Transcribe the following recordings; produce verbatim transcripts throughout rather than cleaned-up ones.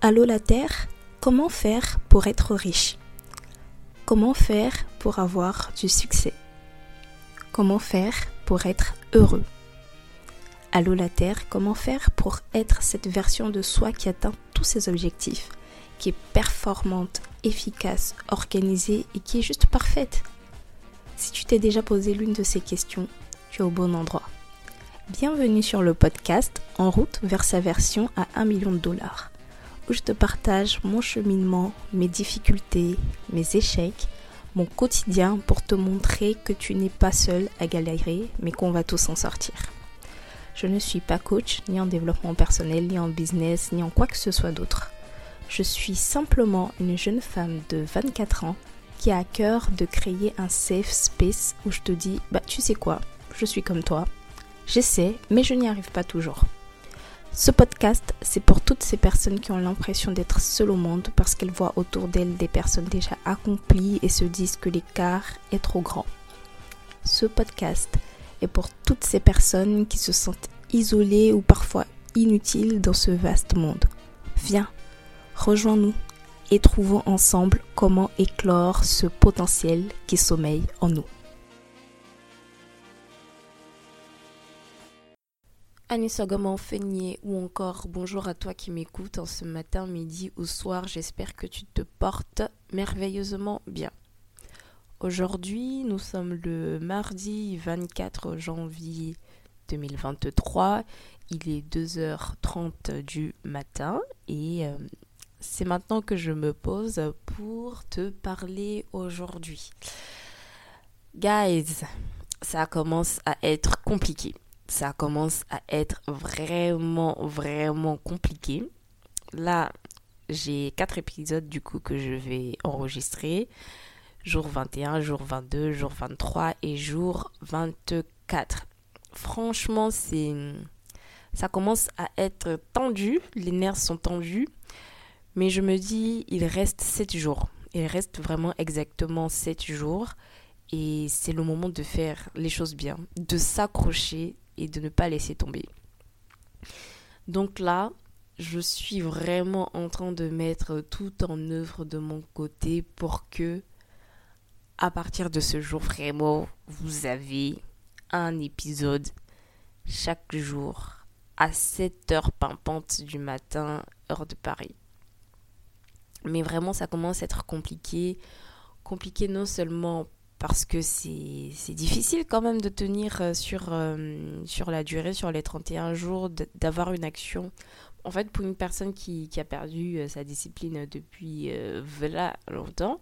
Allô la Terre, comment faire pour être riche? Comment faire pour avoir du succès? Comment faire pour être heureux? Allô la Terre, comment faire pour être cette version de soi qui atteint tous ses objectifs, qui est performante, efficace, organisée et qui est juste parfaite? Si tu t'es déjà posé l'une de ces questions, tu es au bon endroit. Bienvenue sur le podcast En route vers sa version à un million de dollars, où je te partage mon cheminement, mes difficultés, mes échecs, mon quotidien pour te montrer que tu n'es pas seul à galérer, mais qu'on va tous s'en sortir. Je ne suis pas coach, ni en développement personnel, ni en business, ni en quoi que ce soit d'autre. Je suis simplement une jeune femme de vingt-quatre ans qui a à cœur de créer un safe space où je te dis, bah tu sais quoi, je suis comme toi, j'essaie, mais je n'y arrive pas toujours. Ce podcast, c'est pour toutes ces personnes qui ont l'impression d'être seules au monde parce qu'elles voient autour d'elles des personnes déjà accomplies et se disent que l'écart est trop grand. Ce podcast est pour toutes ces personnes qui se sentent isolées ou parfois inutiles dans ce vaste monde. Viens, rejoins-nous et trouvons ensemble comment éclore ce potentiel qui sommeille en nous. Anissa Goman-Feigné ou encore bonjour à toi qui m'écoutes en ce matin, midi ou soir, j'espère que tu te portes merveilleusement bien. Aujourd'hui, nous sommes le mardi vingt-quatre janvier deux mille vingt-trois, il est deux heures trente du matin et euh, c'est maintenant que je me pose pour te parler aujourd'hui. Guys, ça commence à être compliqué. Ça commence à être vraiment, vraiment compliqué. Là, j'ai quatre épisodes du coup que je vais enregistrer. Jour vingt et un, jour vingt-deux, jour vingt-trois et jour vingt-quatre. Franchement, c'est, ça commence à être tendu. Les nerfs sont tendus. Mais je me dis, il reste sept jours. Il reste vraiment exactement sept jours. Et c'est le moment de faire les choses bien, de s'accrocher et de ne pas laisser tomber. Donc là, je suis vraiment en train de mettre tout en œuvre de mon côté pour que, à partir de ce jour, vraiment, vous avez un épisode chaque jour à sept heures pimpantes du matin, heure de Paris. Mais vraiment, ça commence à être compliqué. Compliqué non seulement parce que c'est, c'est difficile quand même de tenir sur, euh, sur la durée, sur les trente et un jours, d'avoir une action. En fait, pour une personne qui, qui a perdu sa discipline depuis euh, voilà longtemps,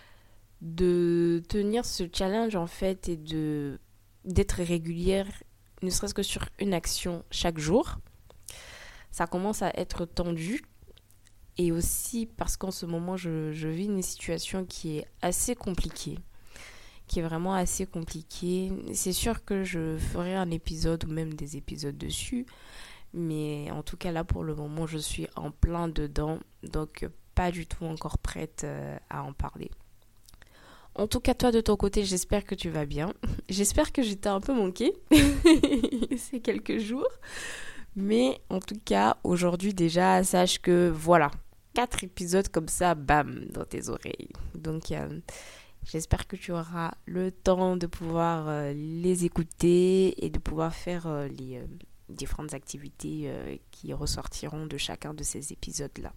de tenir ce challenge en fait et de, d'être régulière, ne serait-ce que sur une action chaque jour, ça commence à être tendu. Et aussi parce qu'en ce moment, je, je vis une situation qui est assez compliquée. qui est vraiment assez compliqué. C'est sûr que je ferai un épisode ou même des épisodes dessus, mais en tout cas là pour le moment je suis en plein dedans, donc pas du tout encore prête à en parler. En tout cas toi de ton côté, j'espère que tu vas bien. J'espère que j'étais un peu manqué ces quelques jours, mais en tout cas aujourd'hui déjà sache que voilà, quatre épisodes comme ça, bam, dans tes oreilles. Donc euh, j'espère que tu auras le temps de pouvoir euh, les écouter et de pouvoir faire euh, les euh, différentes activités euh, qui ressortiront de chacun de ces épisodes-là.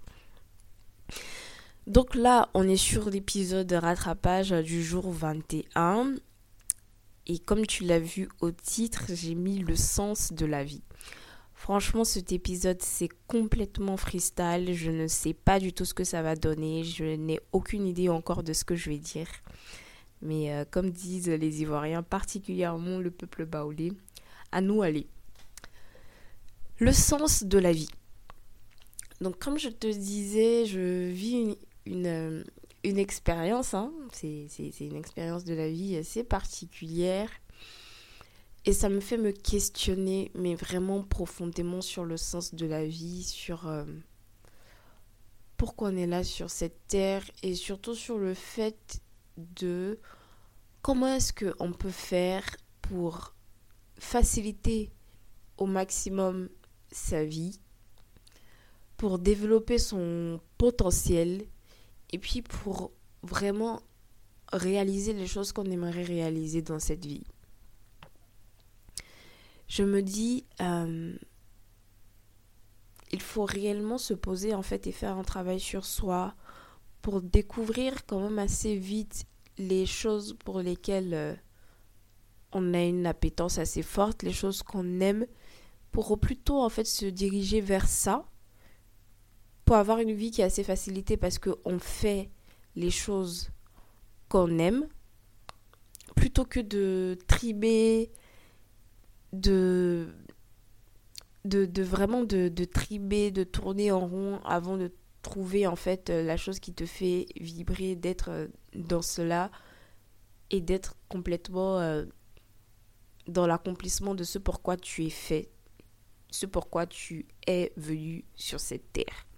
Donc là, on est sur l'épisode de rattrapage du jour vingt et un. Et comme tu l'as vu au titre, j'ai mis le sens de la vie. Franchement, cet épisode, c'est complètement freestyle. Je ne sais pas du tout ce que ça va donner. Je n'ai aucune idée encore de ce que je vais dire. Mais euh, comme disent les Ivoiriens, particulièrement le peuple baoulé, à nous aller. Le sens de la vie. Donc, comme je te disais, je vis une, une, une expérience. Hein. C'est, c'est, c'est une expérience de la vie assez particulière. Et ça me fait me questionner, mais vraiment profondément sur le sens de la vie, sur euh, pourquoi on est là sur cette terre et surtout sur le fait de comment est-ce qu'on peut faire pour faciliter au maximum sa vie, pour développer son potentiel et puis pour vraiment réaliser les choses qu'on aimerait réaliser dans cette vie. Je me dis, euh, il faut réellement se poser en fait et faire un travail sur soi pour découvrir quand même assez vite les choses pour lesquelles euh, on a une appétence assez forte, les choses qu'on aime, pour plutôt en fait se diriger vers ça, pour avoir une vie qui est assez facilitée parce qu'on fait les choses qu'on aime, plutôt que de trimer, de, de, de vraiment de, de trimer, de tourner en rond avant de trouver en fait la chose qui te fait vibrer, d'être dans cela et d'être complètement euh, dans l'accomplissement de ce pourquoi tu es fait, ce pourquoi tu es venu sur cette terre.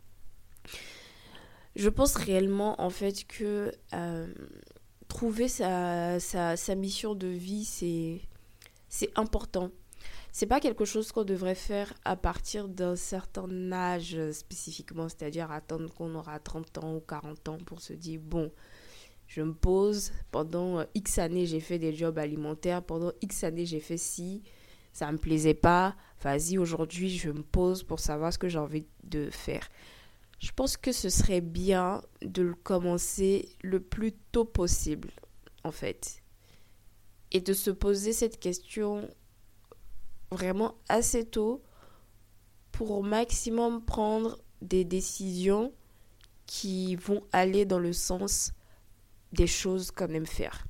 Je pense réellement en fait que euh, trouver sa, sa, sa mission de vie, c'est, c'est important. C'est pas quelque chose qu'on devrait faire à partir d'un certain âge spécifiquement, c'est-à-dire attendre qu'on aura trente ans ou quarante ans pour se dire bon, je me pose, pendant X années j'ai fait des jobs alimentaires, pendant X années j'ai fait ci, ça me plaisait pas, vas-y aujourd'hui je me pose pour savoir ce que j'ai envie de faire. Je pense que ce serait bien de le commencer le plus tôt possible, en fait. Et de se poser cette question vraiment assez tôt pour au maximum prendre des décisions qui vont aller dans le sens des choses qu'on aime faire.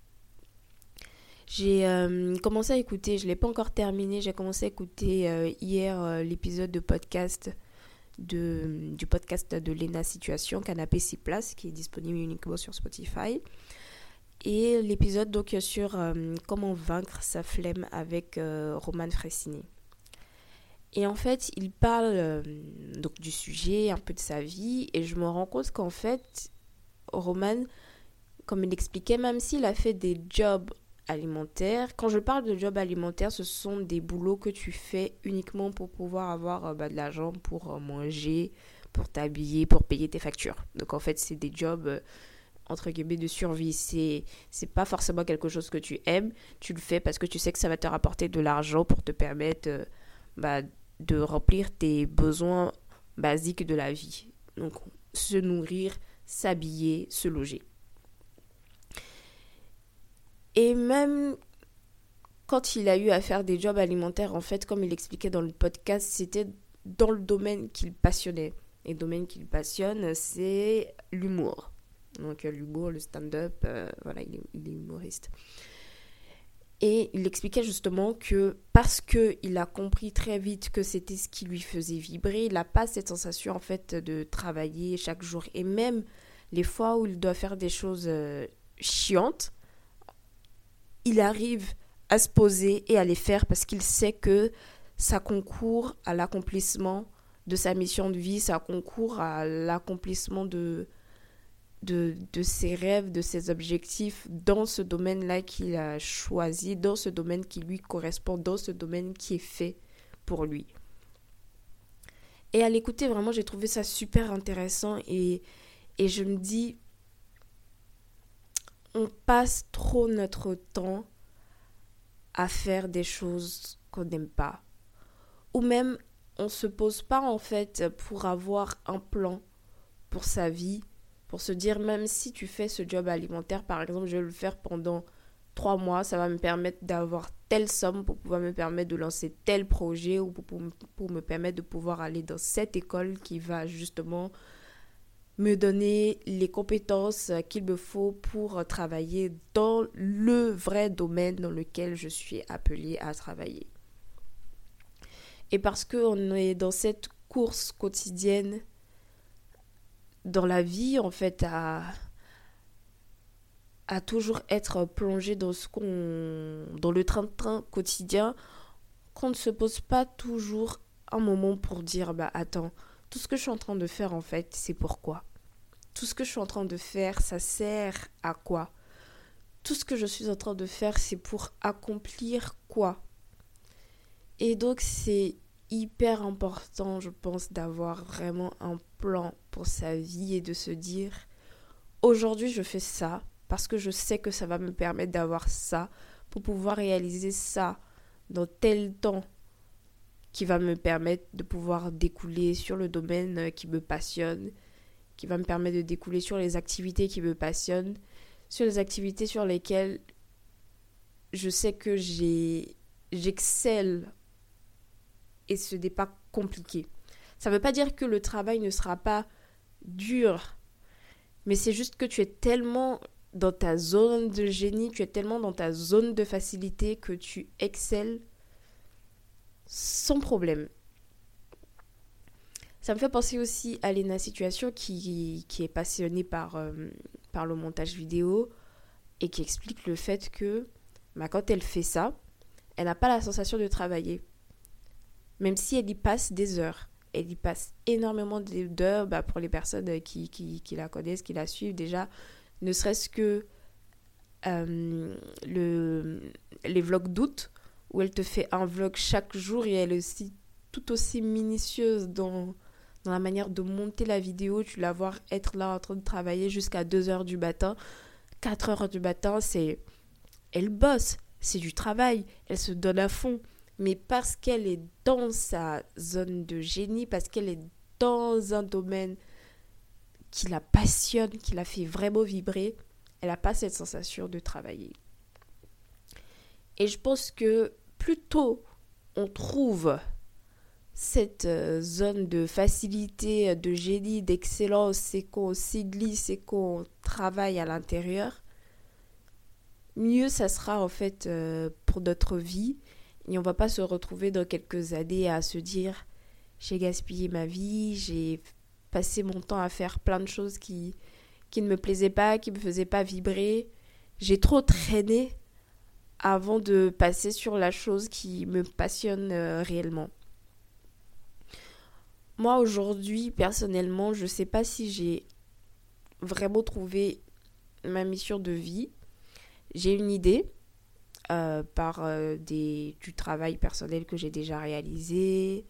J'ai euh, commencé à écouter, je ne l'ai pas encore terminé, j'ai commencé à écouter euh, hier euh, l'épisode de podcast De, du podcast de Lena Situation, Canapé six places, qui est disponible uniquement sur Spotify. Et l'épisode donc sur euh, comment vaincre sa flemme avec euh, Roman Fressini. Et en fait, il parle euh, donc du sujet, un peu de sa vie, et je me rends compte qu'en fait, Roman, comme il expliquait, même s'il a fait des jobs alimentaires, quand je parle de jobs alimentaires, ce sont des boulots que tu fais uniquement pour pouvoir avoir euh, bah, de l'argent pour euh, manger, pour t'habiller, pour payer tes factures. Donc en fait, c'est des jobs euh, entre guillemets de survie. C'est, c'est pas forcément quelque chose que tu aimes, tu le fais parce que tu sais que ça va te rapporter de l'argent pour te permettre euh, bah, de remplir tes besoins basiques de la vie. Donc se nourrir, s'habiller, se loger. Et même quand il a eu à faire des jobs alimentaires, en fait, comme il expliquait dans le podcast, c'était dans le domaine qu'il passionnait. Et le domaine qu'il passionne, c'est l'humour. Donc l'humour, le stand-up, euh, voilà, il est, il est humoriste. Et il expliquait justement que parce qu'il a compris très vite que c'était ce qui lui faisait vibrer, il n'a pas cette sensation en fait de travailler chaque jour. Et même les fois où il doit faire des choses euh, chiantes, il arrive à se poser et à les faire parce qu'il sait que ça concourt à l'accomplissement de sa mission de vie, ça concourt à l'accomplissement de, de, de ses rêves, de ses objectifs dans ce domaine-là qu'il a choisi, dans ce domaine qui lui correspond, dans ce domaine qui est fait pour lui. Et à l'écouter, vraiment, j'ai trouvé ça super intéressant et, et je me dis, on passe trop notre temps à faire des choses qu'on n'aime pas. Ou même, on ne se pose pas en fait pour avoir un plan pour sa vie, pour se dire même si tu fais ce job alimentaire, par exemple, je vais le faire pendant trois mois, ça va me permettre d'avoir telle somme pour pouvoir me permettre de lancer tel projet ou pour, pour, pour me permettre de pouvoir aller dans cette école qui va justement me donner les compétences qu'il me faut pour travailler dans le vrai domaine dans lequel je suis appelée à travailler. Et parce qu'on est dans cette course quotidienne dans la vie, en fait, à, à toujours être plongé dans ce qu'on, dans le train-train quotidien, qu'on ne se pose pas toujours un moment pour dire, bah attends, tout ce que je suis en train de faire, en fait, c'est pourquoi ? Tout ce que je suis en train de faire, ça sert à quoi ? Tout ce que je suis en train de faire, c'est pour accomplir quoi ? Et donc, c'est hyper important, je pense, d'avoir vraiment un plan pour sa vie et de se dire, aujourd'hui, je fais ça parce que je sais que ça va me permettre d'avoir ça pour pouvoir réaliser ça dans tel temps qui va me permettre de pouvoir découler sur le domaine qui me passionne, qui va me permettre de découler sur les activités qui me passionnent, sur les activités sur lesquelles je sais que j'ai, j'excelle et ce n'est pas compliqué. Ça ne veut pas dire que le travail ne sera pas dur, mais c'est juste que tu es tellement dans ta zone de génie, tu es tellement dans ta zone de facilité que tu excelles sans problème. Ça me fait penser aussi à Lena Situation qui, qui est passionnée par, euh, par le montage vidéo et qui explique le fait que bah, quand elle fait ça, elle n'a pas la sensation de travailler. Même si elle y passe des heures. Elle y passe énormément d'heures bah, pour les personnes qui, qui, qui la connaissent, qui la suivent déjà. Ne serait-ce que euh, le, les vlogs d'août, où elle te fait un vlog chaque jour et elle est aussi tout aussi minutieuse dans, dans la manière de monter la vidéo. Tu la vois être là en train de travailler jusqu'à deux heures du matin, quatre heures du matin, c'est... Elle bosse, c'est du travail, elle se donne à fond. Mais parce qu'elle est dans sa zone de génie, parce qu'elle est dans un domaine qui la passionne, qui la fait vraiment vibrer, elle n'a pas cette sensation de travailler. Et je pense que plus tôt on trouve cette zone de facilité, de génie, d'excellence, c'est qu'on s'y glisse, c'est qu'on travaille à l'intérieur, mieux ça sera en fait euh, pour notre vie. Et on va pas se retrouver dans quelques années à se dire j'ai gaspillé ma vie, j'ai passé mon temps à faire plein de choses qui, qui ne me plaisaient pas, qui me faisaient pas vibrer. J'ai trop traîné avant de passer sur la chose qui me passionne euh, réellement. Moi aujourd'hui, personnellement, je sais pas si j'ai vraiment trouvé ma mission de vie. J'ai une idée. Euh, par euh, des, du travail personnel que j'ai déjà réalisé.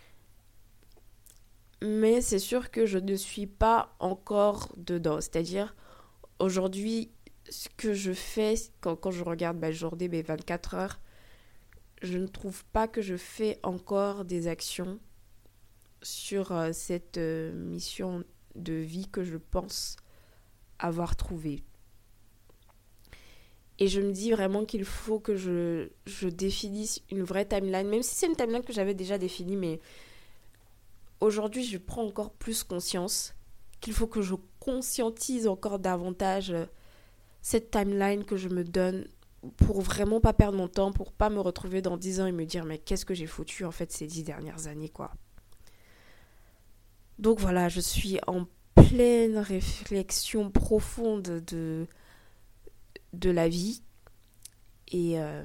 Mais c'est sûr que je ne suis pas encore dedans. C'est-à-dire, aujourd'hui, ce que je fais, quand, quand je regarde ma journée, mes vingt-quatre heures, je ne trouve pas que je fais encore des actions sur euh, cette euh, mission de vie que je pense avoir trouvée. Et je me dis vraiment qu'il faut que je, je définisse une vraie timeline, même si c'est une timeline que j'avais déjà définie, mais aujourd'hui, je prends encore plus conscience qu'il faut que je conscientise encore davantage cette timeline que je me donne pour vraiment pas perdre mon temps, pour pas me retrouver dans dix ans et me dire mais qu'est-ce que j'ai foutu en fait ces dix dernières années, quoi. Donc voilà, je suis en pleine réflexion profonde de... de la vie et euh,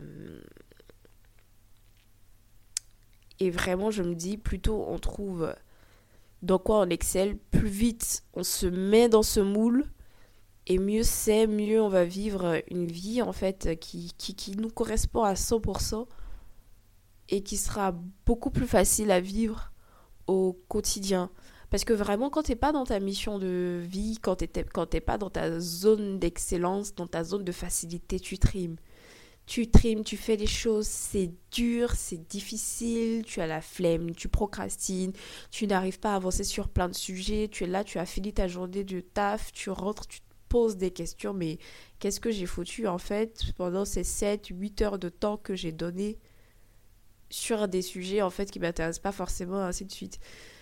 et vraiment je me dis plus tôt on trouve dans quoi on excelle, plus vite on se met dans ce moule et mieux c'est, mieux on va vivre une vie en fait qui, qui, qui nous correspond à cent pour cent et qui sera beaucoup plus facile à vivre au quotidien. Parce que vraiment, quand t'es pas dans ta mission de vie, quand t'es, quand t'es pas dans ta zone d'excellence, dans ta zone de facilité, tu trimes. Tu trimes, tu fais les choses, c'est dur, c'est difficile, tu as la flemme, tu procrastines, tu n'arrives pas à avancer sur plein de sujets, tu es là, tu as fini ta journée de taf, tu rentres, tu te poses des questions, mais qu'est-ce que j'ai foutu en fait pendant ces sept huit heures de temps que j'ai donné sur des sujets en fait qui m'intéressent pas forcément, ainsi de suite.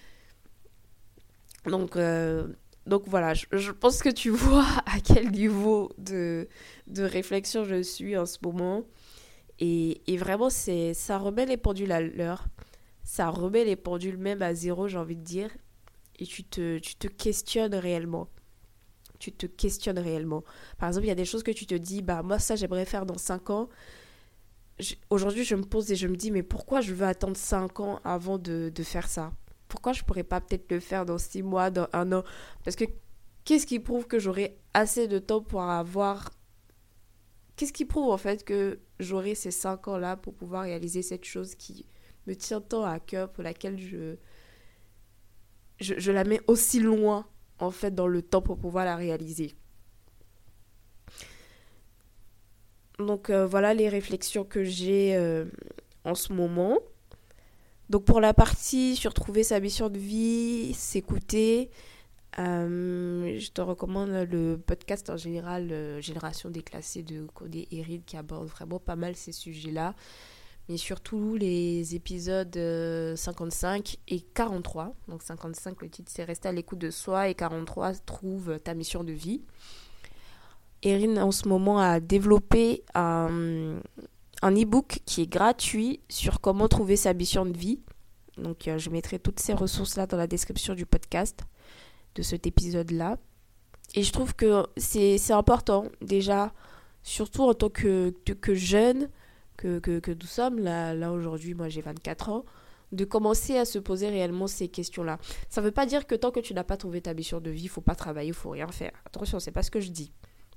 Donc, euh, donc voilà, je, je pense que tu vois à quel niveau de, de réflexion je suis en ce moment. Et, et vraiment, c'est, ça remet les pendules à l'heure. Ça remet les pendules même à zéro, j'ai envie de dire. Et tu te, tu te questionnes réellement. Tu te questionnes réellement. Par exemple, il y a des choses que tu te dis, bah moi ça j'aimerais faire dans cinq ans. Je, aujourd'hui, je me pose et je me dis, mais pourquoi je veux attendre cinq ans avant de, de faire ça ? Pourquoi je pourrais pas peut-être le faire dans six mois, dans un an ? Parce que qu'est-ce qui prouve que j'aurai assez de temps pour avoir... Qu'est-ce qui prouve en fait que j'aurai ces cinq ans-là pour pouvoir réaliser cette chose qui me tient tant à cœur, pour laquelle je, je, je la mets aussi loin, en fait, dans le temps pour pouvoir la réaliser. Donc, euh, voilà les réflexions que j'ai euh, en ce moment. Donc, pour la partie sur trouver sa mission de vie, s'écouter, euh, je te recommande le podcast en général, euh, Génération déclassée de Codé Erid, qui aborde vraiment pas mal ces sujets-là. Mais surtout les épisodes euh, cinquante-cinq et quarante-trois. Donc cinquante-cinq, le titre c'est Rester à l'écoute de soi, et quarante-trois, Trouve ta mission de vie. Erin en ce moment a développé un, un e-book qui est gratuit sur comment trouver sa mission de vie. Donc euh, je mettrai toutes ces ressources-là dans la description du podcast, de cet épisode-là. Et je trouve que c'est, c'est important, déjà, surtout en tant que, que, que jeune, que, que, que nous sommes, là, là aujourd'hui, moi j'ai vingt-quatre ans, de commencer à se poser réellement ces questions-là. Ça ne veut pas dire que tant que tu n'as pas trouvé ta mission de vie, il ne faut pas travailler, il ne faut rien faire. Attention, c'est pas ce que je dis.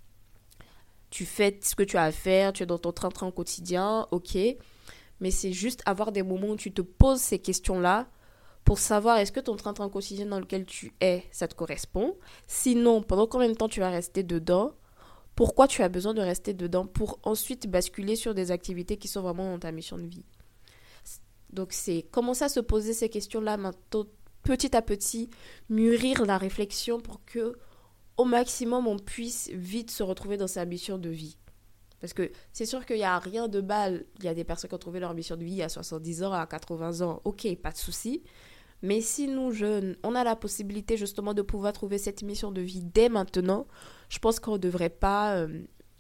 Tu fais ce que tu as à faire, tu es dans ton train-train quotidien, ok, mais c'est juste avoir des moments où tu te poses ces questions-là pour savoir est-ce que ton train-train quotidien dans lequel tu es, ça te correspond. Sinon, pendant combien de temps tu vas rester dedans? Pourquoi tu as besoin de rester dedans pour ensuite basculer sur des activités qui sont vraiment dans ta mission de vie. Donc c'est commencer à se poser ces questions-là maintenant, petit à petit, mûrir la réflexion pour que au maximum on puisse vite se retrouver dans sa mission de vie. Parce que c'est sûr qu'il n'y a rien de mal. Il y a des personnes qui ont trouvé leur mission de vie à soixante-dix ans, à quatre-vingts ans. Ok, pas de souci. Mais si nous, jeunes, on a la possibilité justement de pouvoir trouver cette mission de vie dès maintenant, je pense qu'on ne devrait pas, euh,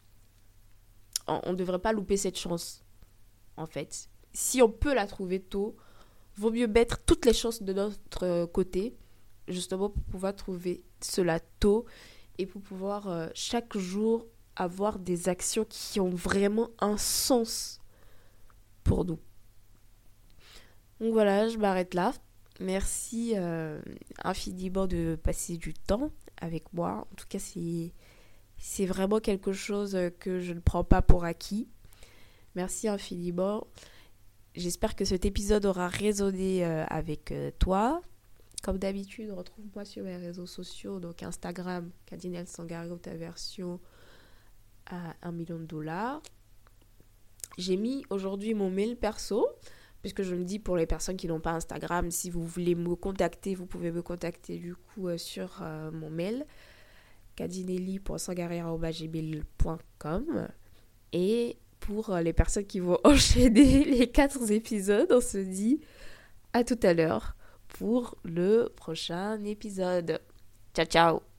on ne devrait pas louper cette chance, en fait. Si on peut la trouver tôt, vaut mieux mettre toutes les chances de notre côté, justement pour pouvoir trouver cela tôt et pour pouvoir euh, chaque jour avoir des actions qui ont vraiment un sens pour nous. Donc voilà, je m'arrête là. Merci euh, infiniment de passer du temps avec moi. En tout cas, c'est, c'est vraiment quelque chose que je ne prends pas pour acquis. Merci infiniment. J'espère que cet épisode aura résonné euh, avec euh, toi. Comme d'habitude, retrouve-moi sur mes réseaux sociaux, donc Instagram, Cardinal Sangario, ta version à un million de dollars. J'ai mis aujourd'hui mon mail perso, puisque je me dis pour les personnes qui n'ont pas Instagram, si vous voulez me contacter, vous pouvez me contacter du coup euh, sur euh, mon mail, cardinelli point sangario arobase gmail point com. Et pour euh, les personnes qui vont enchaîner les quatre épisodes, on se dit à tout à l'heure pour le prochain épisode. Ciao, ciao!